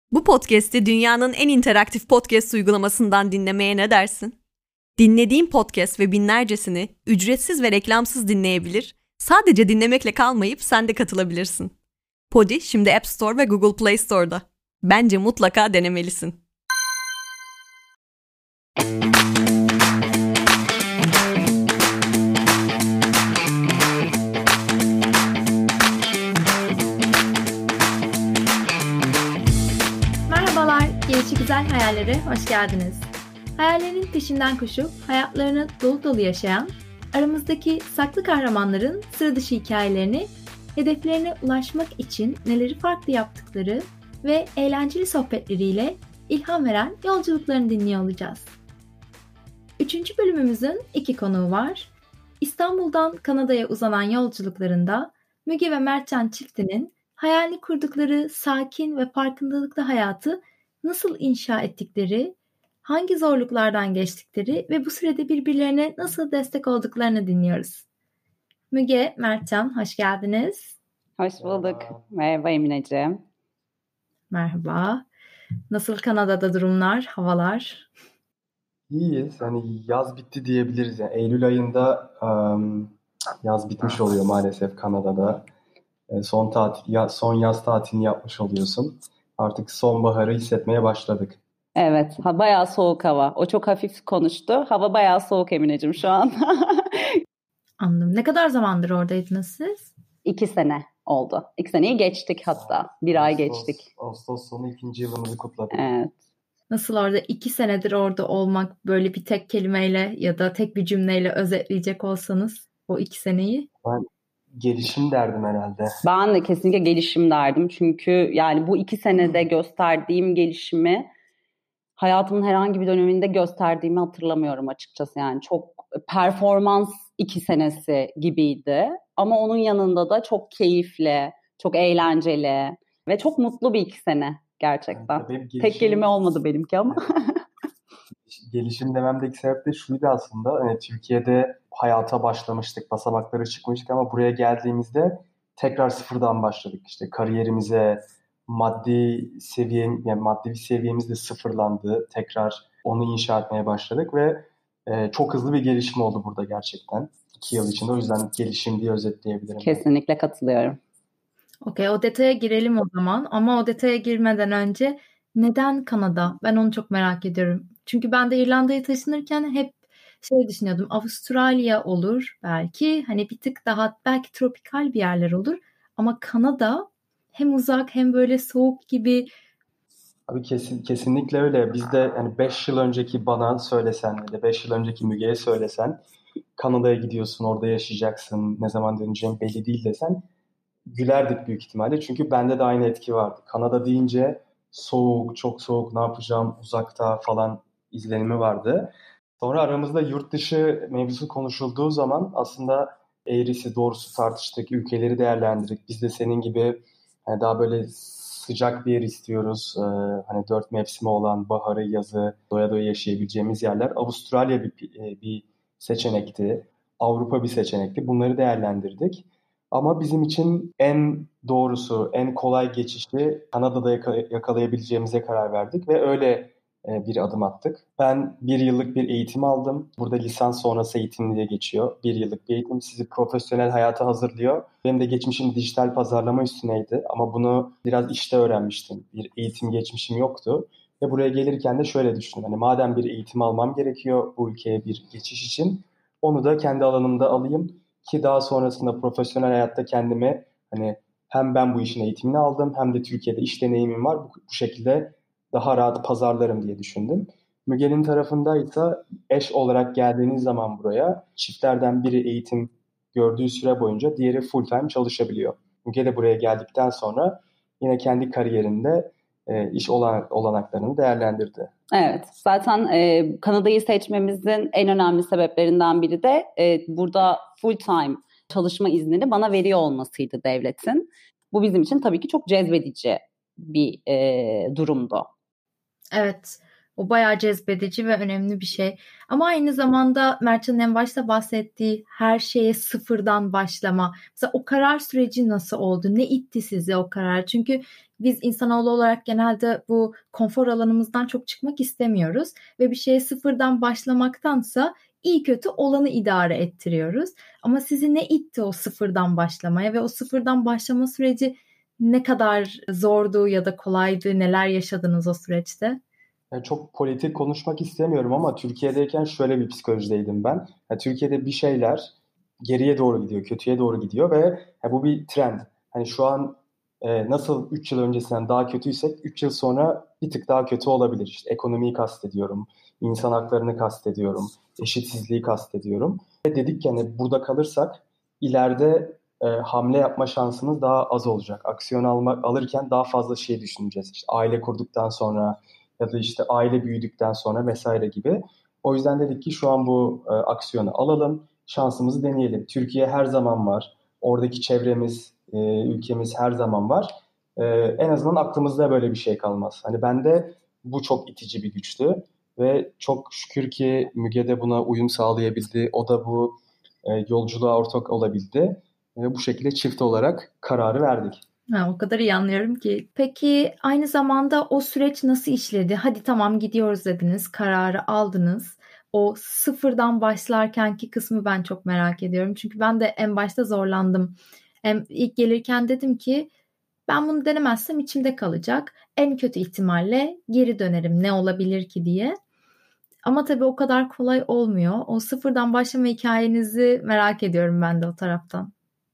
Bu podcast'i dünyanın en interaktif podcast uygulamasından dinlemeye ne dersin? Dinlediğin podcast ve binlercesini ücretsiz ve reklamsız dinleyebilir, sadece dinlemekle kalmayıp sen de katılabilirsin. Podi şimdi App Store ve Google Play Store'da. Bence mutlaka denemelisin. Merhabalar, Gelişigüzel Hayallere hoş geldiniz. Hayallerinin peşinden koşup hayatlarını dolu dolu yaşayan, aramızdaki saklı kahramanların sıra dışı hikayelerini, hedeflerine ulaşmak için neleri farklı yaptıkları ve eğlenceli sohbetleriyle ilham veren yolculuklarını dinliyor olacağız. 3. bölümümüzün 2 konuğu var. İstanbul'dan Kanada'ya uzanan yolculuklarında Müge ve Mertcan çiftinin hayalini kurdukları sakin ve farkındalıklı hayatı nasıl inşa ettikleri, hangi zorluklardan geçtikleri ve bu sürede birbirlerine nasıl destek olduklarını dinliyoruz. Müge, Mertcan, hoş geldiniz. Hoş bulduk. Merhaba Emineciğim. Merhaba. Nasıl Kanada'da durumlar, havalar? İyiyiz. Hani yaz bitti diyebiliriz. Yani Eylül ayında yaz bitmiş oluyor maalesef Kanada'da. Son yaz tatilini yapmış oluyorsun. Artık sonbaharı hissetmeye başladık. Evet, bayağı soğuk hava. O çok hafif konuştu. Hava bayağı soğuk Emineciğim şu an. Anladım. Ne kadar zamandır oradaydınız siz? 2 sene oldu. 2 seneyi geçtik hatta. Bir ay geçtik. Ağustos sonu 2. yılımızı kutladık. Evet. Nasıl orada 2 senedir orada olmak, böyle bir tek kelimeyle ya da tek bir cümleyle özetleyecek olsanız o 2 seneyi? Ben gelişim derdim herhalde. Ben de kesinlikle gelişim derdim. Çünkü yani bu 2 senede gösterdiğim gelişimi hayatımın herhangi bir döneminde gösterdiğimi hatırlamıyorum açıkçası. Yani çok performans 2 senesi gibiydi. Ama onun yanında da çok keyifli, çok eğlenceli ve çok mutlu bir 2 sene gerçekten. Tek kelime olmadı benimki ama. Gelişim dememdeki sebep de şuydu aslında. Hani Türkiye'de hayata başlamıştık, basamakları çıkmıştık ama buraya geldiğimizde tekrar sıfırdan başladık. İşte kariyerimize, maddi bir seviyemiz de sıfırlandı. Tekrar onu inşa etmeye başladık ve çok hızlı bir gelişim oldu burada gerçekten. 2 yıl içinde. O yüzden gelişim diye özetleyebilirim. Kesinlikle katılıyorum. Okey, o detaya girelim o zaman. Ama o detaya girmeden önce neden Kanada? Ben onu çok merak ediyorum. Çünkü ben de İrlanda'ya taşınırken hep düşünüyordum. Avustralya olur belki. Hani bir tık daha belki tropikal bir yerler olur. Ama Kanada hem uzak hem böyle soğuk gibi. Abi kesinlikle öyle. Biz de yani 5 yıl önceki bana söylesen ya da 5 yıl önceki Müge'ye söylesen Kanada'ya gidiyorsun, orada yaşayacaksın, ne zaman döneceğin belli değil desen gülerdik büyük ihtimalle. Çünkü bende de aynı etki vardı. Kanada deyince soğuk, çok soğuk, ne yapacağım, uzakta falan izlenimi vardı. Sonra aramızda yurt dışı mevzusu konuşulduğu zaman aslında eğrisi doğrusu tartıştık, ülkeleri değerlendirdik. Biz de senin gibi hani daha böyle sıcak bir yer istiyoruz. Hani 4 mevsimi olan baharı, yazı doya doya yaşayabileceğimiz yerler. Avustralya bir seçenekti. Avrupa bir seçenekti. Bunları değerlendirdik. Ama bizim için en doğrusu, en kolay geçişi Kanada'da yakalayabileceğimize karar verdik ve öyle bir adım attık. Ben 1 yıllık bir eğitim aldım. Burada lisans sonrası eğitim diye geçiyor. 1 yıllık bir eğitim sizi profesyonel hayata hazırlıyor. Benim de geçmişim dijital pazarlama üstüneydi ama bunu biraz işte öğrenmiştim. Bir eğitim geçmişim yoktu. Ve buraya gelirken de şöyle düşündüm. Hani madem bir eğitim almam gerekiyor bu ülkeye bir geçiş için, onu da kendi alanımda alayım ki daha sonrasında profesyonel hayatta kendime hani hem ben bu işin eğitimini aldım hem de Türkiye'de iş deneyimim var. Bu şekilde daha rahat pazarlarım diye düşündüm. Müge'nin tarafındaysa eş olarak geldiğiniz zaman buraya çiftlerden biri eğitim gördüğü süre boyunca diğeri full time çalışabiliyor. Müge de buraya geldikten sonra yine kendi kariyerinde iş olanaklarını değerlendirdi. Evet, zaten Kanada'yı seçmemizin en önemli sebeplerinden biri de burada full time çalışma iznini bana veriyor olmasıydı devletin. Bu bizim için tabii ki çok cezbedici bir durumdu. Evet, O bayağı cezbedici ve önemli bir şey. Ama aynı zamanda Mertcan'ın en başta bahsettiği her şeye sıfırdan başlama. Mesela o karar süreci nasıl oldu? Ne itti sizi o karar? Çünkü biz insanoğlu olarak genelde bu konfor alanımızdan çok çıkmak istemiyoruz. Ve bir şeye sıfırdan başlamaktansa iyi kötü olanı idare ettiriyoruz. Ama sizi ne itti o sıfırdan başlamaya ve o sıfırdan başlama süreci ne kadar zordu ya da kolaydı? Neler yaşadınız o süreçte? Yani çok politik konuşmak istemiyorum ama Türkiye'deyken şöyle bir psikolojideydim ben. Yani Türkiye'de bir şeyler geriye doğru gidiyor, kötüye doğru gidiyor ve bu bir trend. Hani şu an nasıl 3 yıl öncesinden daha kötüysek 3 yıl sonra bir tık daha kötü olabilir. İşte ekonomiyi kastediyorum, insan haklarını kastediyorum, eşitsizliği kastediyorum. Ve dedik ki hani burada kalırsak ileride hamle yapma şansımız daha az olacak. Aksiyon alırken daha fazla şey düşüneceğiz. İşte aile kurduktan sonra ya da işte aile büyüdükten sonra vesaire gibi. O yüzden dedik ki şu an bu aksiyonu alalım, şansımızı deneyelim. Türkiye her zaman var. Oradaki çevremiz, ülkemiz her zaman var. En azından aklımızda böyle bir şey kalmaz. Hani bende bu çok itici bir güçtü ve çok şükür ki Müge de buna uyum sağlayabildi. O da bu yolculuğa ortak olabildi. Ve bu şekilde çift olarak kararı verdik. O kadar iyi anlıyorum ki. Peki aynı zamanda o süreç nasıl işledi? Hadi tamam gidiyoruz dediniz, kararı aldınız. O sıfırdan başlarkenki kısmı ben çok merak ediyorum. Çünkü ben de en başta zorlandım. İlk gelirken dedim ki ben bunu denemezsem içimde kalacak. En kötü ihtimalle geri dönerim ne olabilir ki diye. Ama tabii o kadar kolay olmuyor. O sıfırdan başlama hikayenizi merak ediyorum ben de o taraftan.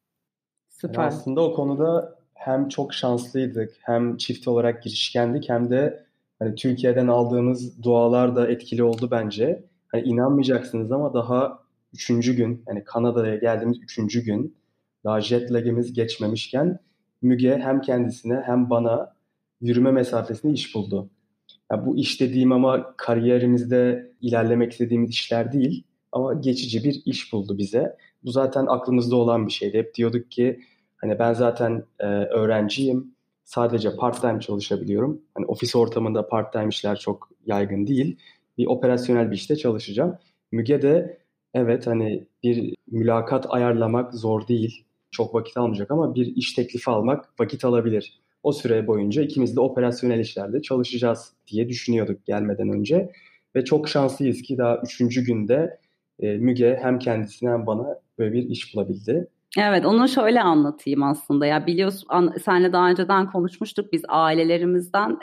Yani Süper. aslında o konuda hem çok şanslıydık, hem çift olarak girişkendik, hem de hani Türkiye'den aldığımız dualar da etkili oldu bence. Hani inanmayacaksınız ama daha üçüncü gün, yani Kanada'ya geldiğimiz üçüncü gün, daha jet lag'imiz geçmemişken Müge hem kendisine hem bana yürüme mesafesinde iş buldu. Ya bu iş dediğim ama kariyerimizde ilerlemek istediğimiz işler değil ama geçici bir iş buldu bize. Bu zaten aklımızda olan bir şeydi. Hep diyorduk ki hani ben zaten öğrenciyim. Sadece part-time çalışabiliyorum. Hani ofis ortamında part-time işler çok yaygın değil. Bir operasyonel bir işte çalışacağım. Müge de evet hani bir mülakat ayarlamak zor değil. Çok vakit almayacak ama bir iş teklifi almak vakit alabilir. O süre boyunca ikimiz de operasyonel işlerde çalışacağız diye düşünüyorduk gelmeden önce. Ve çok şanslıyız ki daha üçüncü günde Müge hem kendisine hem bana böyle bir iş bulabildi. Evet, onu şöyle anlatayım aslında. Ya biliyorsun, senle daha önceden konuşmuştuk. Biz ailelerimizden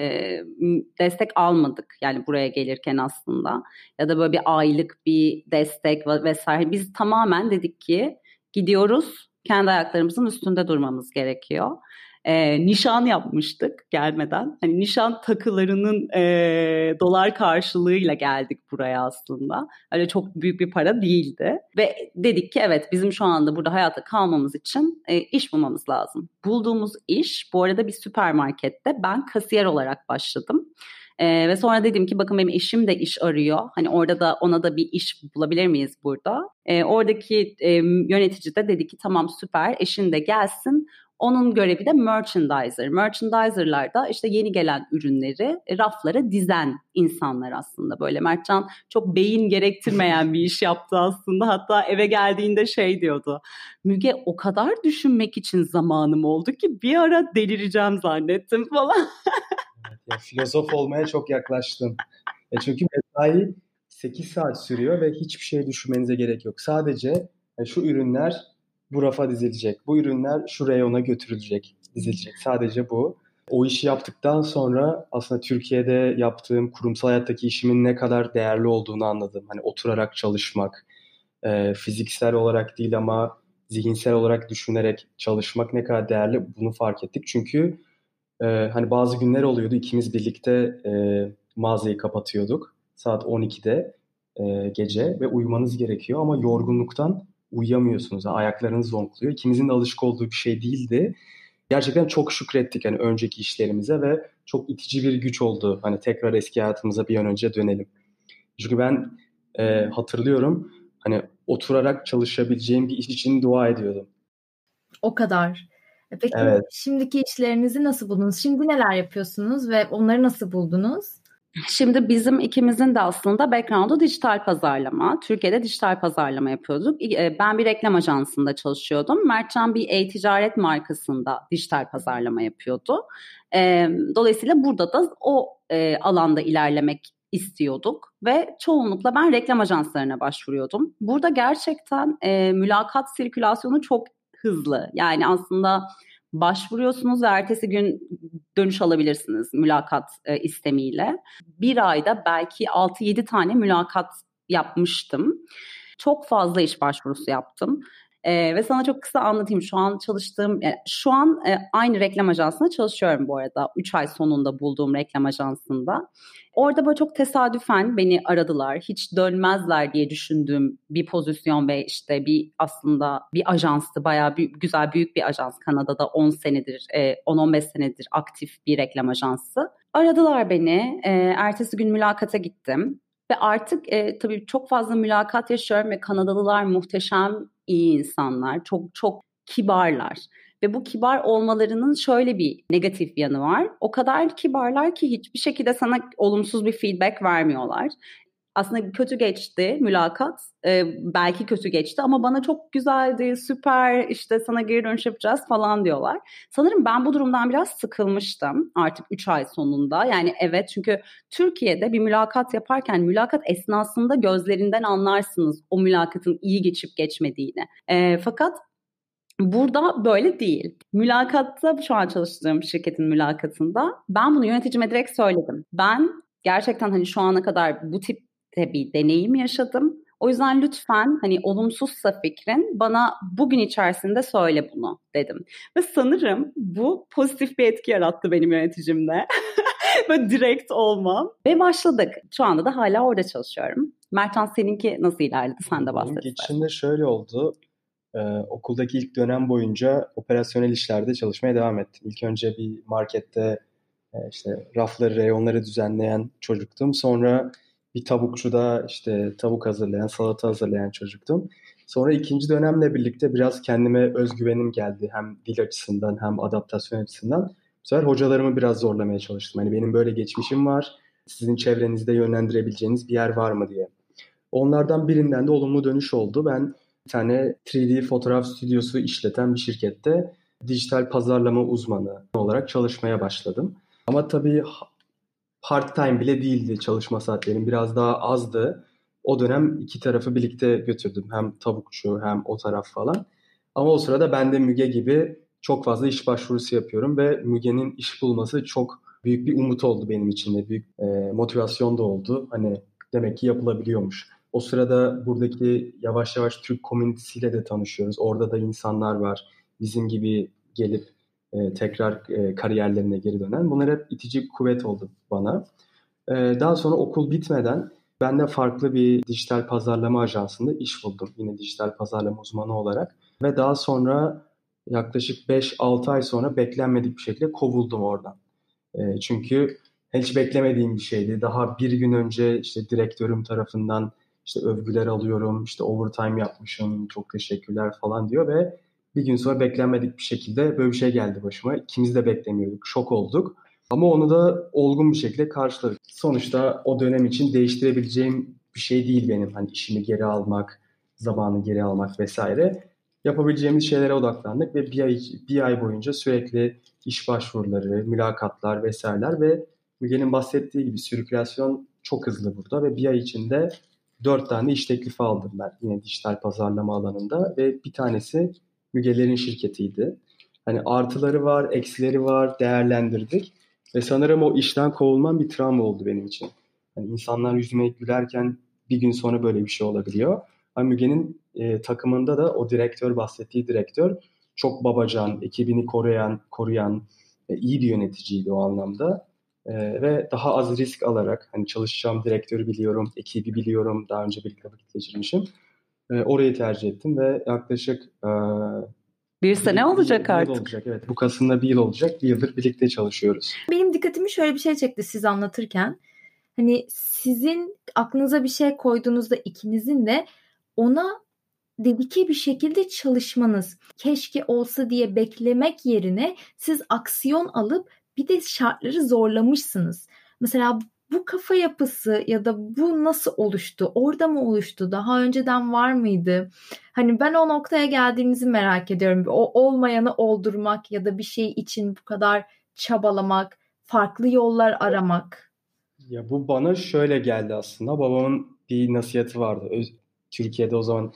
destek almadık. Yani buraya gelirken aslında. Ya da böyle bir aylık bir destek vesaire. Biz tamamen dedik ki gidiyoruz. Kendi ayaklarımızın üstünde durmamız gerekiyor. Nişan yapmıştık gelmeden. Hani nişan takılarının dolar karşılığıyla geldik buraya aslında. Öyle çok büyük bir para değildi. Ve dedik ki evet bizim şu anda burada hayatta kalmamız için iş bulmamız lazım. Bulduğumuz iş bu arada bir süpermarkette. Ben kasiyer olarak başladım. Ve sonra dedim ki bakın benim eşim de iş arıyor. Hani orada da ona da bir iş bulabilir miyiz burada? Oradaki yönetici de dedi ki tamam süper eşin de gelsin. Onun görevi de merchandiser. Merchandiser'lar da işte yeni gelen ürünleri raflara dizen insanlar aslında. Böyle Mertcan çok beyin gerektirmeyen bir iş yaptı aslında. Hatta eve geldiğinde şey diyordu. Müge o kadar düşünmek için zamanım oldu ki bir ara delireceğim zannettim falan. Evet, ya filozof olmaya çok yaklaştın. Çünkü mesai 8 saat sürüyor ve hiçbir şey düşünmenize gerek yok. Sadece şu ürünler bu rafa dizilecek. Bu ürünler şu reyona götürülecek, dizilecek. Sadece bu. O işi yaptıktan sonra aslında Türkiye'de yaptığım kurumsal hayattaki işimin ne kadar değerli olduğunu anladım. Hani oturarak çalışmak, fiziksel olarak değil ama zihinsel olarak düşünerek çalışmak ne kadar değerli bunu fark ettik. Çünkü hani bazı günler oluyordu ikimiz birlikte mağazayı kapatıyorduk saat 12'de gece ve uyumanız gerekiyor ama yorgunluktan uyuyamıyorsunuz. Yani ayaklarınız zonkluyor. İkimizin de alışık olduğu bir şey değildi. Gerçekten çok şükrettik hani önceki işlerimize ve çok itici bir güç oldu. Hani tekrar eski hayatımıza bir an önce dönelim. Çünkü ben hatırlıyorum hani oturarak çalışabileceğim bir iş için dua ediyordum. O kadar. Peki Evet. şimdiki işlerinizi nasıl buldunuz? Şimdi neler yapıyorsunuz ve onları nasıl buldunuz? Şimdi bizim ikimizin de aslında background'u dijital pazarlama. Türkiye'de dijital pazarlama yapıyorduk. Ben bir reklam ajansında çalışıyordum. Mertcan bir e-ticaret markasında dijital pazarlama yapıyordu. Dolayısıyla burada da o alanda ilerlemek istiyorduk ve çoğunlukla ben reklam ajanslarına başvuruyordum. Burada gerçekten mülakat sirkülasyonu çok hızlı. Yani aslında başvuruyorsunuz ve ertesi gün dönüş alabilirsiniz mülakat istemiyle. Bir ayda belki 6-7 tane mülakat yapmıştım. Çok fazla iş başvurusu yaptım. Ve sana çok kısa anlatayım. Şu an çalıştığım, şu an aynı reklam ajansında çalışıyorum bu arada. 3 ay sonunda bulduğum reklam ajansında. Orada böyle çok tesadüfen beni aradılar. Hiç dönmezler diye düşündüğüm bir pozisyon ve işte aslında bir ajanstı. Bayağı güzel, büyük bir ajans. Kanada'da 10-15 senedir aktif bir reklam ajansı. Aradılar beni. Ertesi gün mülakata gittim. Ve artık tabii çok fazla mülakat yaşıyorum ve Kanadalılar muhteşem iyi insanlar. Çok çok kibarlar. Ve bu kibar olmalarının şöyle bir negatif yanı var. O kadar kibarlar ki hiçbir şekilde sana olumsuz bir feedback vermiyorlar. Aslında kötü geçti mülakat. Belki kötü geçti ama bana çok güzeldi, süper, işte sana geri dönüş yapacağız falan diyorlar. Sanırım ben bu durumdan biraz sıkılmıştım artık 3 ay sonunda. Yani evet, çünkü Türkiye'de bir mülakat yaparken mülakat esnasında gözlerinden anlarsınız o mülakatın iyi geçip geçmediğini. Fakat burada böyle değil. Mülakatta, şu an çalıştığım şirketin mülakatında ben bunu yöneticime direkt söyledim. Ben gerçekten hani şu ana kadar bu tipte bir deneyim yaşadım. O yüzden lütfen hani olumsuzsa fikrin bana bugün içerisinde söyle bunu dedim. Ve sanırım bu pozitif bir etki yarattı benim yöneticimde. Böyle direkt olmam. Ve başladık. Şu anda da hala orada çalışıyorum. Mertcan, seninki nasıl ilerledi? Sen de bahset. Geçişinde şöyle oldu. Okuldaki ilk dönem boyunca operasyonel işlerde çalışmaya devam ettim. İlk önce bir markette işte rafları, reyonları düzenleyen çocuktum. Sonra bir tavukçuda işte tavuk hazırlayan, salata hazırlayan çocuktum. Sonra ikinci dönemle birlikte biraz kendime özgüvenim geldi. Hem dil açısından hem adaptasyon açısından. Bu sefer hocalarımı biraz zorlamaya çalıştım. Hani benim böyle geçmişim var. Sizin çevrenizde yönlendirebileceğiniz bir yer var mı diye. Onlardan birinden de olumlu dönüş oldu. Ben bir tane 3D fotoğraf stüdyosu işleten bir şirkette dijital pazarlama uzmanı olarak çalışmaya başladım. Ama tabii part-time bile değildi çalışma saatlerim. Biraz daha azdı. O dönem iki tarafı birlikte götürdüm. Hem tavukçu hem o taraf falan. Ama o sırada ben de Müge gibi çok fazla iş başvurusu yapıyorum ve Müge'nin iş bulması çok büyük bir umut oldu benim için de. Büyük motivasyon da oldu. Hani demek ki yapılabiliyormuş. O sırada buradaki yavaş yavaş Türk komünitesiyle de tanışıyoruz. Orada da insanlar var. Bizim gibi gelip tekrar kariyerlerine geri dönen. Bunlar hep itici kuvvet oldu bana. Daha sonra okul bitmeden ben de farklı bir dijital pazarlama ajansında iş buldum. Yine dijital pazarlama uzmanı olarak. Ve daha sonra yaklaşık 5-6 ay sonra beklenmedik bir şekilde kovuldum oradan. Çünkü hiç beklemediğim bir şeydi. Daha bir gün önce işte direktörüm tarafından işte övgüler alıyorum, işte overtime yapmışım, çok teşekkürler falan diyor ve bir gün sonra beklenmedik bir şekilde böyle bir şey geldi başıma. İkimiz de beklemiyorduk, şok olduk. Ama onu da olgun bir şekilde karşıladık. Sonuçta o dönem için değiştirebileceğim bir şey değil benim. Hani işimi geri almak, zamanı geri almak vesaire. Yapabileceğimiz şeylere odaklandık ve bir ay boyunca sürekli iş başvuruları, mülakatlar vesaireler ve Müge'nin bahsettiği gibi sirkülasyon çok hızlı burada ve bir ay içinde 4 tane iş teklifi aldım ben yine dijital pazarlama alanında ve bir tanesi Müge'lerin şirketiydi. Hani artıları var, eksileri var, değerlendirdik ve sanırım o işten kovulmam bir travma oldu benim için. Hani insanlar yüzüme gülerken bir gün sonra böyle bir şey olabiliyor. Ama Müge'nin takımında da o bahsettiği direktör çok babacan, ekibini koruyan iyi bir yöneticiydi o anlamda. Ve daha az risk alarak hani çalışacağım direktörü biliyorum, ekibi biliyorum, daha önce birlikte vakit geçirmişim. Orayı tercih ettim ve yaklaşık bir sene olacak artık. Olacak, evet. Bu Kasım'da bir yıl olacak. Bir yıldır birlikte çalışıyoruz. Benim dikkatimi şöyle bir şey çekti siz anlatırken. Hani sizin aklınıza bir şey koyduğunuzda ikinizin de ona dedike bir şekilde çalışmanız, keşke olsa diye beklemek yerine siz aksiyon alıp bir de şartları zorlamışsınız. Mesela Bu kafa yapısı ya da bu nasıl oluştu? Orada mı oluştu? Daha önceden var mıydı? Hani ben o noktaya geldiğimizi merak ediyorum. O olmayanı oldurmak ya da bir şey için bu kadar çabalamak, farklı yollar aramak. Ya bu bana şöyle geldi aslında. Babamın bir nasihati vardı. Türkiye'de o zaman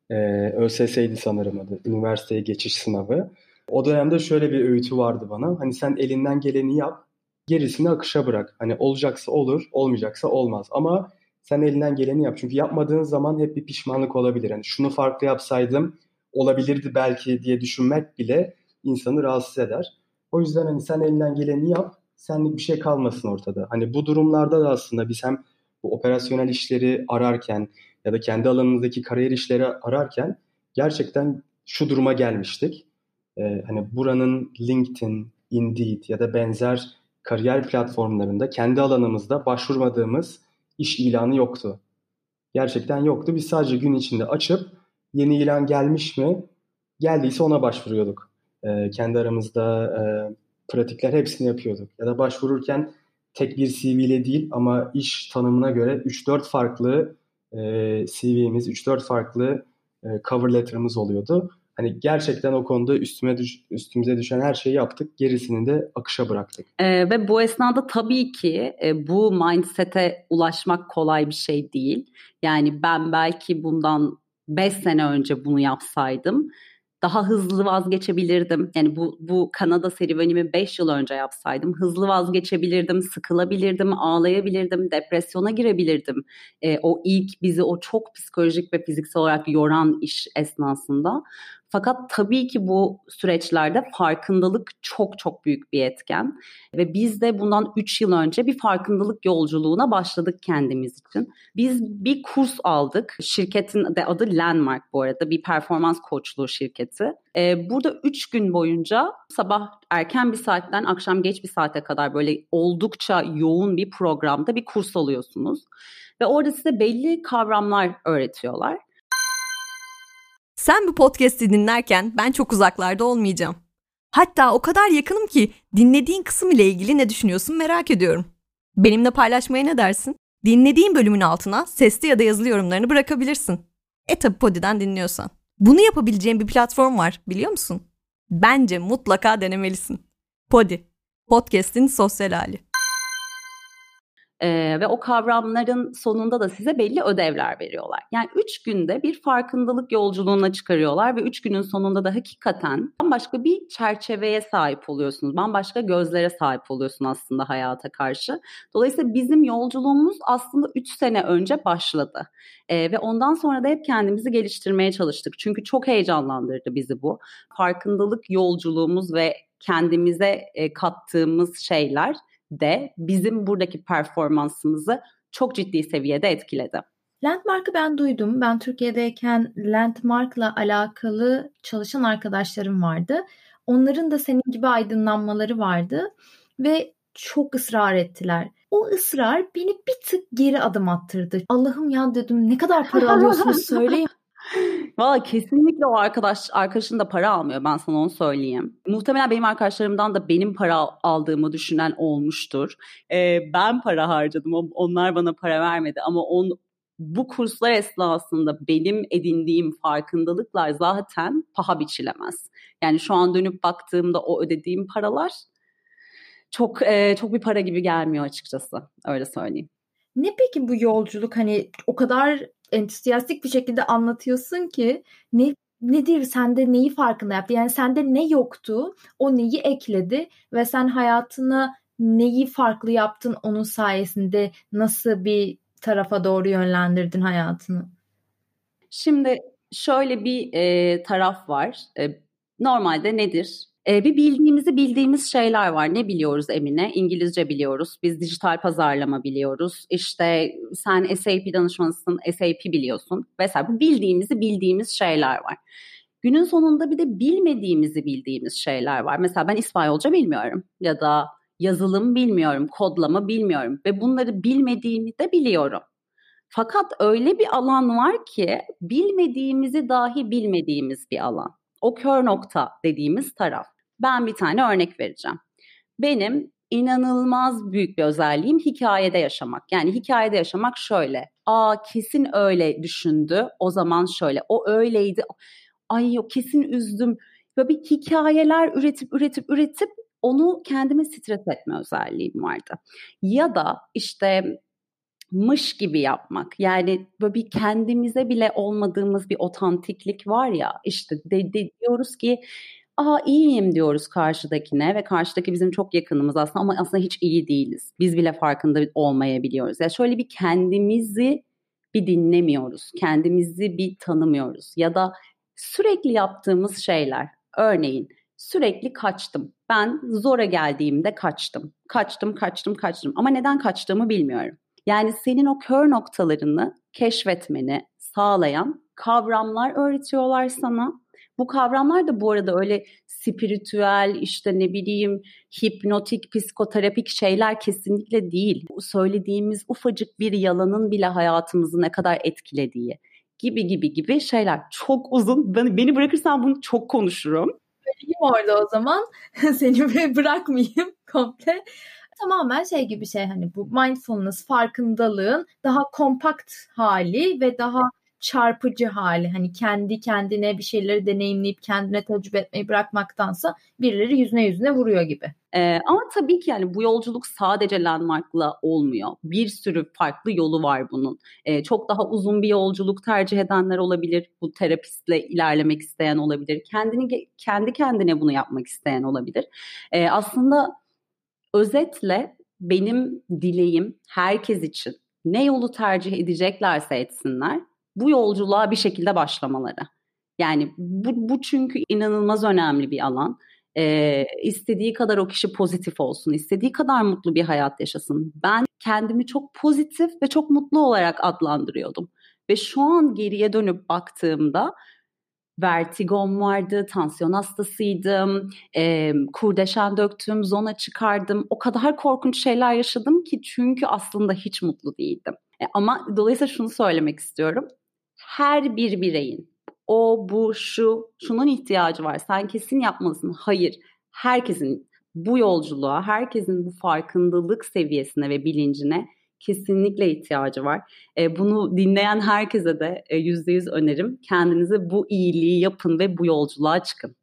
ÖSS'ydi sanırım adı. Üniversiteye geçiş sınavı. O dönemde şöyle bir öğütü vardı bana. Hani sen elinden geleni yap, gerisini akışa bırak. Hani olacaksa olur, olmayacaksa olmaz. Ama sen elinden geleni yap. Çünkü yapmadığın zaman hep bir pişmanlık olabilir. Hani şunu farklı yapsaydım olabilirdi belki diye düşünmek bile insanı rahatsız eder. O yüzden hani sen elinden geleni yap, senlik bir şey kalmasın ortada. Hani bu durumlarda da aslında biz hem bu operasyonel işleri ararken ya da kendi alanımızdaki kariyer işleri ararken gerçekten şu duruma gelmiştik. Hani buranın LinkedIn, Indeed ya da benzer kariyer platformlarında kendi alanımızda başvurmadığımız iş ilanı yoktu. Gerçekten yoktu. Biz sadece gün içinde açıp yeni ilan gelmiş mi? Geldiyse ona başvuruyorduk. Kendi aramızda pratikler hepsini yapıyorduk. Ya da başvururken tek bir CV ile değil ama iş tanımına göre 3-4 farklı CV'miz, 3-4 farklı cover letter'ımız oluyordu. Hani gerçekten o konuda üstümüze düşen her şeyi yaptık. Gerisini de akışa bıraktık. Ve bu esnada tabii ki bu mindset'e ulaşmak kolay bir şey değil. Yani ben belki bundan 5 sene önce bunu yapsaydım daha hızlı vazgeçebilirdim. Yani bu Kanada serüvenimi 5 yıl önce yapsaydım hızlı vazgeçebilirdim, sıkılabilirdim, ağlayabilirdim, depresyona girebilirdim. O ilk bizi o çok psikolojik ve fiziksel olarak yoran iş esnasında. Fakat tabii ki bu süreçlerde farkındalık çok çok büyük bir etken. Ve biz de bundan 3 yıl önce bir farkındalık yolculuğuna başladık kendimiz için. Biz bir kurs aldık. Şirketin de adı Landmark bu arada. Bir performans koçluğu şirketi. Burada 3 gün boyunca sabah erken bir saatten akşam geç bir saate kadar böyle oldukça yoğun bir programda bir kurs alıyorsunuz. Ve orada size belli kavramlar öğretiyorlar. Sen bu podcast'i dinlerken ben çok uzaklarda olmayacağım. Hatta o kadar yakınım ki dinlediğin kısım ile ilgili ne düşünüyorsun merak ediyorum. Benimle paylaşmaya ne dersin? Dinlediğin bölümün altına sesli ya da yazılı yorumlarını bırakabilirsin. Tabii Podi'den dinliyorsan. Bunu yapabileceğin bir platform var biliyor musun? Bence mutlaka denemelisin. Podi, podcast'in sosyal hali. Ve o kavramların sonunda da size belli ödevler veriyorlar. Yani 3 günde bir farkındalık yolculuğuna çıkarıyorlar ve 3 günün sonunda da hakikaten bambaşka bir çerçeveye sahip oluyorsunuz. Bambaşka gözlere sahip oluyorsun aslında hayata karşı. Dolayısıyla bizim yolculuğumuz aslında 3 sene önce başladı. Ve ondan sonra da hep kendimizi geliştirmeye çalıştık. Çünkü çok heyecanlandırdı bizi bu. Farkındalık yolculuğumuz ve kendimize kattığımız şeyler de bizim buradaki performansımızı çok ciddi seviyede etkiledi. Landmark'ı ben duydum. Ben Türkiye'deyken Landmark'la alakalı çalışan arkadaşlarım vardı. Onların da senin gibi aydınlanmaları vardı ve çok ısrar ettiler. O ısrar beni bir tık geri adım attırdı. Allah'ım ya dedim, ne kadar para alıyorsunuz söyleyin. Valla kesinlikle o arkadaşın da para almıyor, ben sana onu söyleyeyim. Muhtemelen benim arkadaşlarımdan da benim para aldığımı düşünen olmuştur. Ben para harcadım, onlar bana para vermedi ama bu kurslar esnasında benim edindiğim farkındalıklar zaten paha biçilemez. Yani şu an dönüp baktığımda o ödediğim paralar çok bir para gibi gelmiyor açıkçası, öyle söyleyeyim. Ne peki bu yolculuk, hani o kadar entüzyastik bir şekilde anlatıyorsun ki nedir, sende neyi farkında yaptı? Yani sende ne yoktu, o neyi ekledi ve sen hayatına neyi farklı yaptın, onun sayesinde nasıl bir tarafa doğru yönlendirdin hayatını? Şimdi şöyle bir taraf var. Normalde nedir? Bir bildiğimiz şeyler var. Ne biliyoruz Emine? İngilizce biliyoruz. Biz dijital pazarlama biliyoruz. İşte sen SAP danışmanısın, SAP biliyorsun vesaire. Bu bildiğimiz şeyler var. Günün sonunda bir de bildiğimiz şeyler var. Mesela ben İspanyolca bilmiyorum ya da yazılım bilmiyorum, kodlama bilmiyorum ve bunları bilmediğimi de biliyorum. Fakat öyle bir alan var ki bilmediğimizi dahi bilmediğimiz bir alan. O kör nokta dediğimiz taraf. Ben bir tane örnek vereceğim. Benim inanılmaz büyük bir özelliğim hikayede yaşamak. Yani hikayede yaşamak şöyle. Kesin öyle düşündü. O zaman şöyle. O öyleydi. Ay yok kesin üzdüm. Böyle bir hikayeler üretip onu kendime stres etme özelliğim vardı. Ya da işte mış gibi yapmak. Yani böyle bir kendimize bile olmadığımız bir otantiklik var ya. İşte diyoruz ki iyiyim diyoruz karşıdakine ve karşıdaki bizim çok yakınımız aslında ama aslında hiç iyi değiliz. Biz bile farkında olmayabiliyoruz. Yani şöyle bir kendimizi bir dinlemiyoruz. Kendimizi bir tanımıyoruz. Ya da sürekli yaptığımız şeyler. Örneğin sürekli kaçtım. Ben zora geldiğimde kaçtım. Kaçtım. Ama neden kaçtığımı bilmiyorum. Yani senin o kör noktalarını keşfetmeni sağlayan kavramlar öğretiyorlar sana. Bu kavramlar da bu arada öyle spiritüel, işte ne bileyim hipnotik, psikoterapik şeyler kesinlikle değil. Bu söylediğimiz ufacık bir yalanın bile hayatımızı ne kadar etkilediği gibi şeyler. Çok uzun. Beni bırakırsan bunu çok konuşurum. Böleyim orada o zaman. Seni bırakmayayım komple. Tamamen gibi hani bu mindfulness farkındalığın daha kompakt hali ve daha çarpıcı hali. Hani kendi kendine bir şeyleri deneyimleyip kendine tecrübe etmeyi bırakmaktansa birileri yüzüne vuruyor gibi. Ama tabii ki yani bu yolculuk sadece landmarkla olmuyor. Bir sürü farklı yolu var bunun. Çok daha uzun bir yolculuk tercih edenler olabilir. Bu terapistle ilerlemek isteyen olabilir. Kendi kendine bunu yapmak isteyen olabilir. Aslında özetle benim dileğim herkes için ne yolu tercih edeceklerse etsinler bu yolculuğa bir şekilde başlamaları. Yani bu çünkü inanılmaz önemli bir alan. İstediği kadar o kişi pozitif olsun, istediği kadar mutlu bir hayat yaşasın. Ben kendimi çok pozitif ve çok mutlu olarak adlandırıyordum. Ve şu an geriye dönüp baktığımda vertigom vardı, tansiyon hastasıydım, kurdeşen döktüm, zona çıkardım. O kadar korkunç şeyler yaşadım ki çünkü aslında hiç mutlu değildim. Ama dolayısıyla şunu söylemek istiyorum. Her bir bireyin şunun ihtiyacı var. Sen kesin yapmalısın. Hayır. Herkesin bu yolculuğa, herkesin bu farkındalık seviyesine ve bilincine kesinlikle ihtiyacı var. Bunu dinleyen herkese de %100 önerim. Kendinize bu iyiliği yapın ve bu yolculuğa çıkın.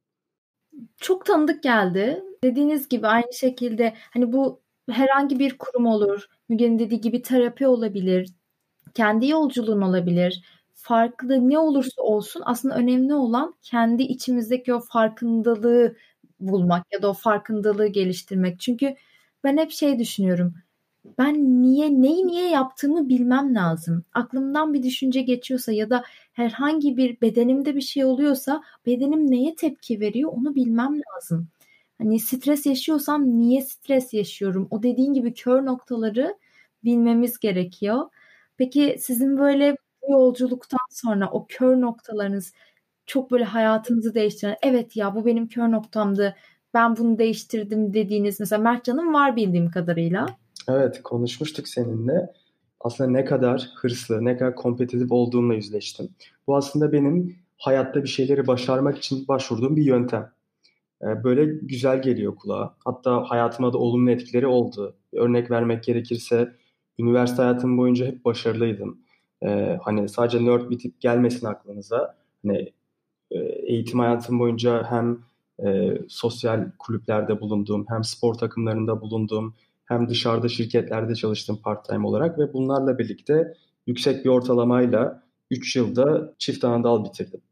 Çok tanıdık geldi. Dediğiniz gibi aynı şekilde hani bu herhangi bir kurum olur. Müge'nin dediği gibi terapi olabilir. Kendi yolculuğun olabilir. Farklı ne olursa olsun aslında önemli olan kendi içimizdeki o farkındalığı bulmak ya da o farkındalığı geliştirmek. Çünkü ben hep düşünüyorum. Ben neyi niye yaptığımı bilmem lazım. Aklımdan bir düşünce geçiyorsa ya da herhangi bir bedenimde bir şey oluyorsa bedenim neye tepki veriyor onu bilmem lazım. Hani stres yaşıyorsam niye stres yaşıyorum? O dediğin gibi kör noktaları bilmemiz gerekiyor. Peki sizin böyle bu yolculuktan sonra o kör noktalarınız çok böyle hayatınızı değiştiren, evet ya bu benim kör noktamdı, ben bunu değiştirdim dediğiniz mesela Mertcan'ın var bildiğim kadarıyla. Evet, konuşmuştuk seninle. Aslında ne kadar hırslı, ne kadar kompetitif olduğumla yüzleştim. Bu aslında benim hayatta bir şeyleri başarmak için başvurduğum bir yöntem. Böyle güzel geliyor kulağa. Hatta hayatıma da olumlu etkileri oldu. Örnek vermek gerekirse üniversite hayatım boyunca hep başarılıydım. Hani sadece nerd bir tip gelmesin aklınıza. Hani eğitim hayatım boyunca hem sosyal kulüplerde bulundum, hem spor takımlarında bulundum, hem dışarıda şirketlerde çalıştım part-time olarak ve bunlarla birlikte yüksek bir ortalamayla 3 yılda çift anadal bitirdim.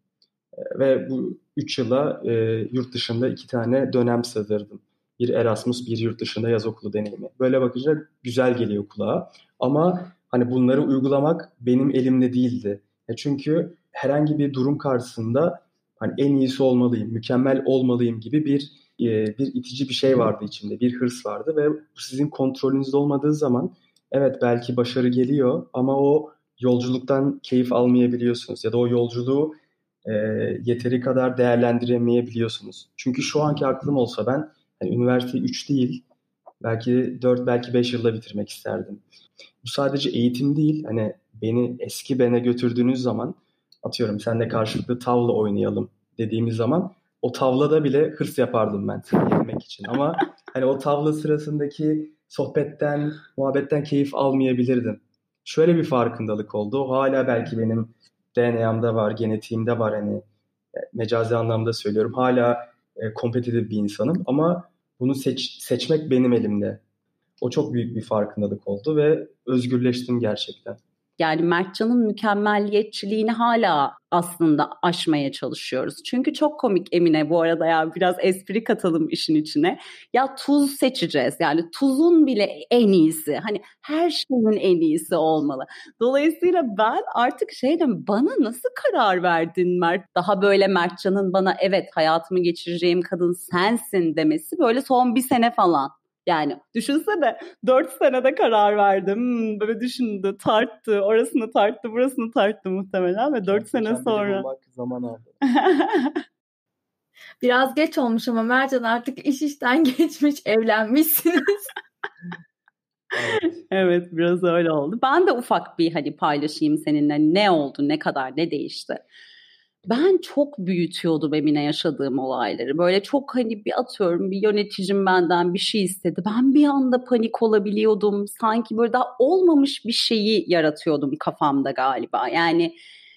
Ve bu 3 yıla yurt dışında 2 tane dönem sığdırdım. Bir Erasmus, bir yurt dışında yaz okulu deneyimi. Böyle bakınca güzel geliyor kulağa. Ama hani bunları uygulamak benim elimde değildi. Çünkü herhangi bir durum karşısında hani en iyisi olmalıyım, mükemmel olmalıyım gibi bir itici bir şey vardı içimde, bir hırs vardı ve bu sizin kontrolünüzde olmadığı zaman evet belki başarı geliyor ama o yolculuktan keyif almayabiliyorsunuz ya da o yolculuğu yeteri kadar değerlendiremeyebiliyorsunuz. Çünkü şu anki aklım olsa ben yani üniversiteyi 3 değil belki 4 belki 5 yılda bitirmek isterdim. Bu sadece eğitim değil. Hani beni eski bene götürdüğünüz zaman atıyorum senle karşılıklı tavla oynayalım dediğimiz zaman o tavlada bile hırs yapardım ben yenmek için. Ama hani o tavla sırasındaki sohbetten, muhabbetten keyif almayabilirdim. Şöyle bir farkındalık oldu. O hala belki benim DNA'mda var, genetiğimde var, hani mecazi anlamda söylüyorum. Hala kompetitif bir insanım ama bunu seçmek benim elimde. O çok büyük bir farkındalık oldu ve özgürleştim gerçekten. Yani Mertcan'ın mükemmelliyetçiliğini hala aslında aşmaya çalışıyoruz. Çünkü çok komik Emine, bu arada ya biraz espri katalım işin içine. Ya tuz seçeceğiz, yani tuzun bile en iyisi. Hani her şeyin en iyisi olmalı. Dolayısıyla ben artık bana nasıl karar verdin Mert? Daha böyle Mertcan'ın bana evet hayatımı geçireceğim kadın sensin demesi böyle son bir sene falan. Yani düşünsene 4 senede karar verdim. Böyle düşündü, tarttı, orasını tarttı, burasını tarttı muhtemelen ve 4 sene sonra. Bulmak zaman aldı. Biraz geç olmuş ama Mertcan artık iş işten geçmiş, evlenmişsiniz. Evet, biraz öyle oldu. Ben de ufak bir paylaşayım seninle, ne oldu, ne kadar, ne değişti. Ben çok büyütüyordum Emine yaşadığım olayları. Böyle çok bir yöneticim benden bir şey istedi. Ben bir anda panik olabiliyordum. Sanki böyle daha olmamış bir şeyi yaratıyordum kafamda galiba. Yani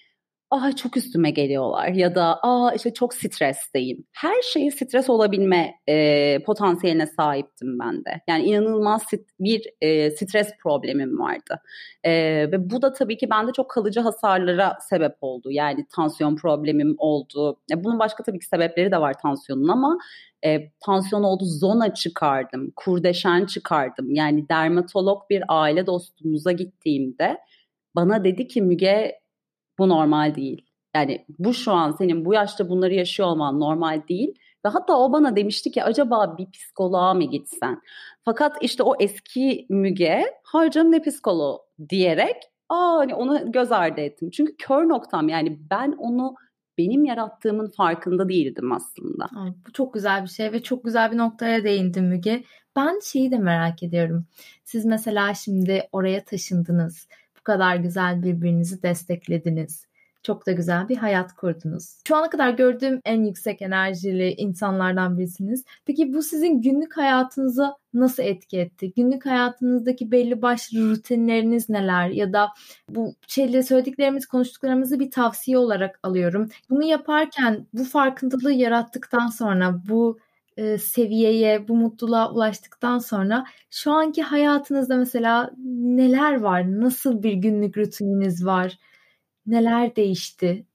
çok üstüme geliyorlar ya da çok stresteyim. Her şeye stres olabilme potansiyeline sahiptim ben de. Yani inanılmaz bir stres problemim vardı. Ve bu da tabii ki bende çok kalıcı hasarlara sebep oldu. Yani tansiyon problemim oldu. Bunun başka tabii ki sebepleri de var tansiyonun ama tansiyon oldu, zona çıkardım, kurdeşen çıkardım. Yani dermatolog bir aile dostumuza gittiğimde bana dedi ki Müge, bu normal değil. Yani bu şu an senin bu yaşta bunları yaşıyor olman normal değil. Ve hatta o bana demişti ki acaba bir psikoloğa mı gitsen? Fakat işte o eski Müge, hayır canım ne psikoloğu diyerek onu göz ardı ettim. Çünkü kör noktam, yani ben onu benim yarattığımın farkında değildim aslında. Bu çok güzel bir şey ve çok güzel bir noktaya değindin Müge. Ben şeyi de merak ediyorum. Siz mesela şimdi oraya taşındınız. Bu kadar güzel birbirinizi desteklediniz. Çok da güzel bir hayat kurdunuz. Şu ana kadar gördüğüm en yüksek enerjili insanlardan birisiniz. Peki bu sizin günlük hayatınıza nasıl etki etti? Günlük hayatınızdaki belli başlı rutinleriniz neler? Ya da bu söylediklerimiz, konuştuklarımızı bir tavsiye olarak alıyorum. Bunu yaparken bu farkındalığı yarattıktan sonra, bu seviyeye, bu mutluluğa ulaştıktan sonra şu anki hayatınızda mesela neler var? Nasıl bir günlük rutininiz var? Neler değişti?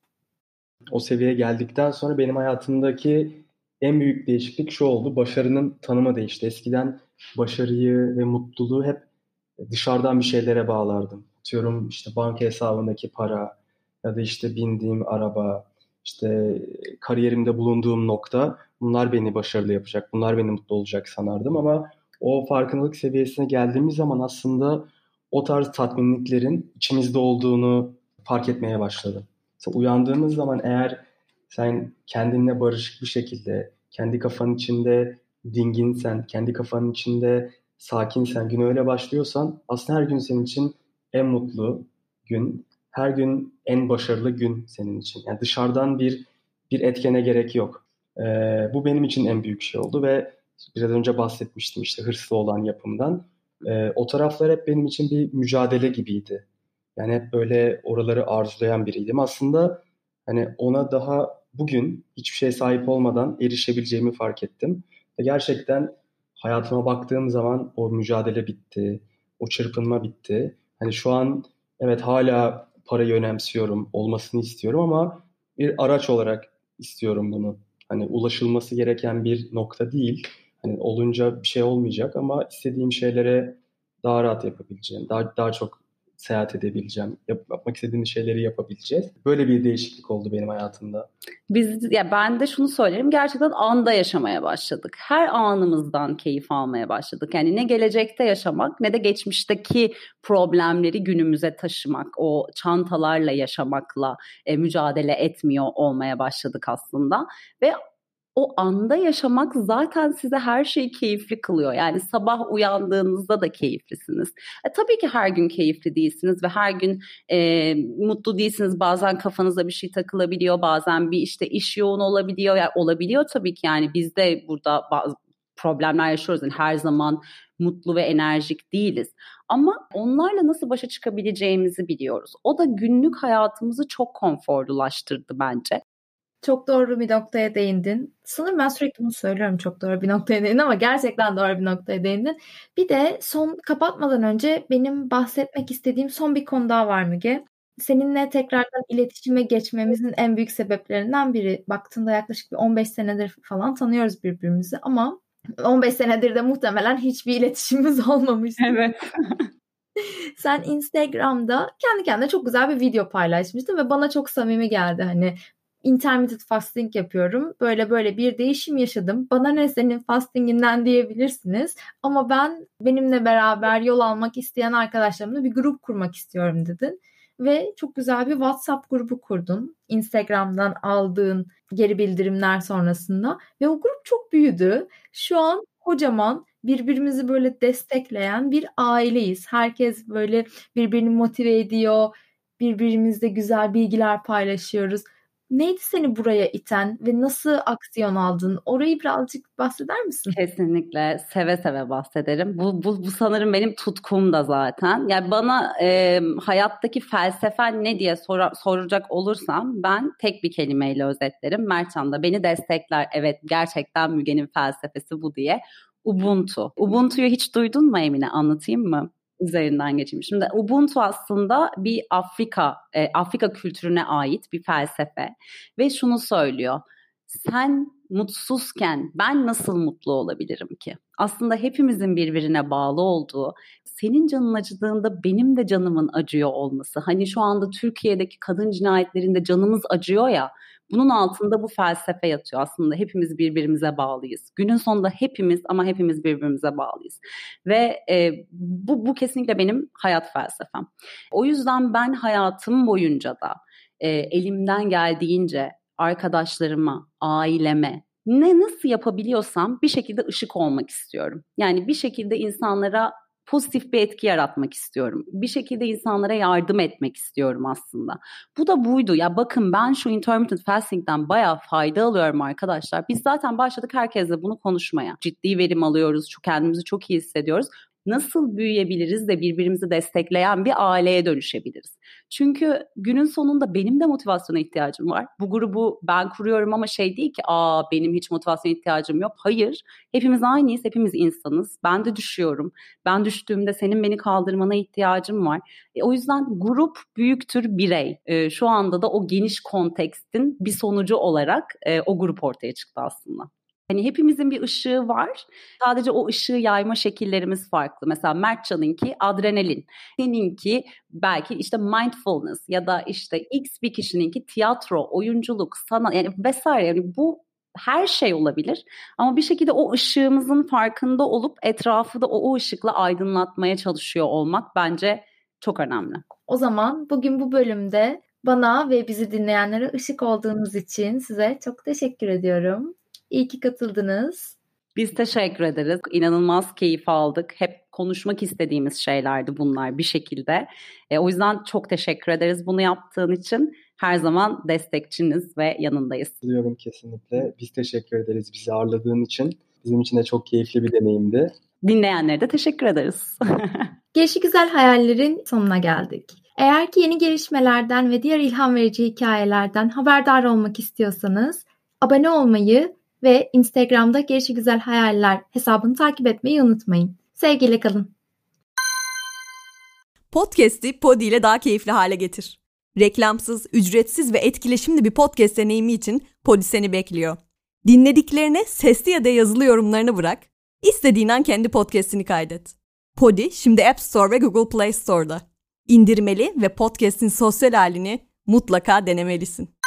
O seviyeye geldikten sonra benim hayatımdaki en büyük değişiklik şu oldu. Başarının tanımı değişti. Eskiden başarıyı ve mutluluğu hep dışarıdan bir şeylere bağlardım. Atıyorum işte banka hesabındaki para ya da işte bindiğim araba, işte kariyerimde bulunduğum nokta, bunlar beni başarılı yapacak, bunlar beni mutlu olacak sanardım ama o farkındalık seviyesine geldiğimiz zaman aslında o tarz tatminliklerin içimizde olduğunu fark etmeye başladım. Mesela uyandığımız zaman eğer sen kendinle barışık bir şekilde, kendi kafanın içinde dinginsen, kendi kafanın içinde sakinsen, güne öyle başlıyorsan aslında her gün senin için en mutlu gün, her gün en başarılı gün senin için. Yani dışarıdan bir etkene gerek yok. Bu benim için en büyük şey oldu ve biraz önce bahsetmiştim işte hırslı olan yapımdan. O taraflar hep benim için bir mücadele gibiydi. Yani hep böyle oraları arzulayan biriydim. Aslında hani ona daha bugün hiçbir şeye sahip olmadan erişebileceğimi fark ettim. Ve gerçekten hayatıma baktığım zaman o mücadele bitti, o çırpınma bitti. Hani şu an evet hala parayı önemsiyorum, olmasını istiyorum ama bir araç olarak istiyorum bunu. Hani ulaşılması gereken bir nokta değil. Hani olunca bir şey olmayacak ama istediğim şeylere daha rahat yapabileceğim, daha çok seyahat edebileceğim, yapmak istediğim şeyleri yapabileceğiz. Böyle bir değişiklik oldu benim hayatımda. Ben de şunu söylerim, gerçekten anda yaşamaya başladık. Her anımızdan keyif almaya başladık. Yani ne gelecekte yaşamak ne de geçmişteki problemleri günümüze taşımak, o çantalarla yaşamakla mücadele etmiyor olmaya başladık aslında. Ve o anda yaşamak zaten size her şeyi keyifli kılıyor. Yani sabah uyandığınızda da keyiflisiniz. Tabii ki her gün keyifli değilsiniz ve her gün mutlu değilsiniz. Bazen kafanıza bir şey takılabiliyor, bazen bir işte iş yoğun olabiliyor. Yani olabiliyor tabii ki, yani biz de burada bazı problemler yaşıyoruz. Yani her zaman mutlu ve enerjik değiliz. Ama onlarla nasıl başa çıkabileceğimizi biliyoruz. O da günlük hayatımızı çok konforlulaştırdı bence. Çok doğru bir noktaya değindin. Sanırım ben sürekli bunu söylüyorum, çok doğru bir noktaya değindin, ama gerçekten doğru bir noktaya değindin. Bir de kapatmadan önce benim bahsetmek istediğim son bir konu daha var Müge. Seninle tekrardan iletişime geçmemizin en büyük sebeplerinden biri. Baktığında yaklaşık bir 15 senedir falan tanıyoruz birbirimizi, ama 15 senedir de muhtemelen hiçbir iletişimimiz olmamış. Evet. Sen Instagram'da kendi kendine çok güzel bir video paylaşmıştın ve bana çok samimi geldi. Hani intermittent fasting yapıyorum, böyle böyle bir değişim yaşadım. Bana ne senin fastinginden diyebilirsiniz. Ama benimle beraber yol almak isteyen arkadaşlarımla bir grup kurmak istiyorum dedin. Ve çok güzel bir WhatsApp grubu kurdun. Instagram'dan aldığın geri bildirimler sonrasında. Ve o grup çok büyüdü. Şu an kocaman, birbirimizi böyle destekleyen bir aileyiz. Herkes böyle birbirini motive ediyor. Birbirimizle güzel bilgiler paylaşıyoruz. Neydi seni buraya iten ve nasıl aksiyon aldın? Orayı birazcık bahseder misin? Kesinlikle, seve seve bahsederim. Bu sanırım benim tutkum da zaten. Yani bana hayattaki felsefen ne diye soracak olursam ben tek bir kelimeyle özetlerim. Mertcan da beni destekler. Evet, gerçekten Müge'nin felsefesi bu diye. Ubuntu. Ubuntu'yu hiç duydun mu Emine? Anlatayım mı? Üzerinden geçeyim. Şimdi Ubuntu aslında bir Afrika kültürüne ait bir felsefe ve şunu söylüyor: sen mutsuzken ben nasıl mutlu olabilirim ki? Aslında hepimizin birbirine bağlı olduğu, senin canın acıdığında benim de canımın acıyor olması. Hani şu anda Türkiye'deki kadın cinayetlerinde canımız acıyor ya, bunun altında bu felsefe yatıyor. Aslında hepimiz birbirimize bağlıyız. Günün sonunda hepimiz birbirimize bağlıyız. Ve bu kesinlikle benim hayat felsefem. O yüzden ben hayatım boyunca da elimden geldiğince arkadaşlarıma, aileme nasıl yapabiliyorsam bir şekilde ışık olmak istiyorum. Yani bir şekilde insanlara pozitif bir etki yaratmak istiyorum. Bir şekilde insanlara yardım etmek istiyorum aslında. Bu da buydu. Ya bakın, ben şu intermittent fasting'den bayağı fayda alıyorum arkadaşlar. Biz zaten başladık herkesle bunu konuşmaya. Ciddi verim alıyoruz. Kendimizi çok iyi hissediyoruz. Nasıl büyüyebiliriz de birbirimizi destekleyen bir aileye dönüşebiliriz? Çünkü günün sonunda benim de motivasyona ihtiyacım var. Bu grubu ben kuruyorum ama değil ki benim hiç motivasyona ihtiyacım yok. Hayır, hepimiz aynıyız, hepimiz insanız. Ben de düşüyorum. Ben düştüğümde senin beni kaldırmana ihtiyacım var. O yüzden grup büyüktür birey. Şu anda da o geniş kontekstin bir sonucu olarak o grup ortaya çıktı aslında. Hani hepimizin bir ışığı var. Sadece o ışığı yayma şekillerimiz farklı. Mesela Mertcan'ınki adrenalin. Seninki belki işte mindfulness ya da işte X bir kişininki tiyatro, oyunculuk, sanat, yani vesaire. Yani bu her şey olabilir. Ama bir şekilde o ışığımızın farkında olup etrafı da o ışıkla aydınlatmaya çalışıyor olmak bence çok önemli. O zaman bugün bu bölümde bana ve bizi dinleyenlere ışık olduğunuz için size çok teşekkür ediyorum. İyi ki katıldınız. Biz teşekkür ederiz. İnanılmaz keyif aldık. Hep konuşmak istediğimiz şeylerdi bunlar bir şekilde. O yüzden çok teşekkür ederiz bunu yaptığın için. Her zaman destekçiniz ve yanındayız. Diyorum kesinlikle. Biz teşekkür ederiz bizi ağırladığın için. Bizim için de çok keyifli bir deneyimdi. Dinleyenlere de teşekkür ederiz. Gelişigüzel hayallerin sonuna geldik. Eğer ki yeni gelişmelerden ve diğer ilham verici hikayelerden haberdar olmak istiyorsanız abone olmayı ve Instagram'da Gelişigüzel Hayaller hesabını takip etmeyi unutmayın. Sevgiyle kalın. Podcast'i Podi ile daha keyifli hale getir. Reklamsız, ücretsiz ve etkileşimli bir podcast deneyimi için Podi seni bekliyor. Dinlediklerine sesli ya da yazılı yorumlarını bırak. İstediğin an kendi podcast'ini kaydet. Podi şimdi App Store ve Google Play Store'da. İndirmeli ve podcast'in sosyal halini mutlaka denemelisin.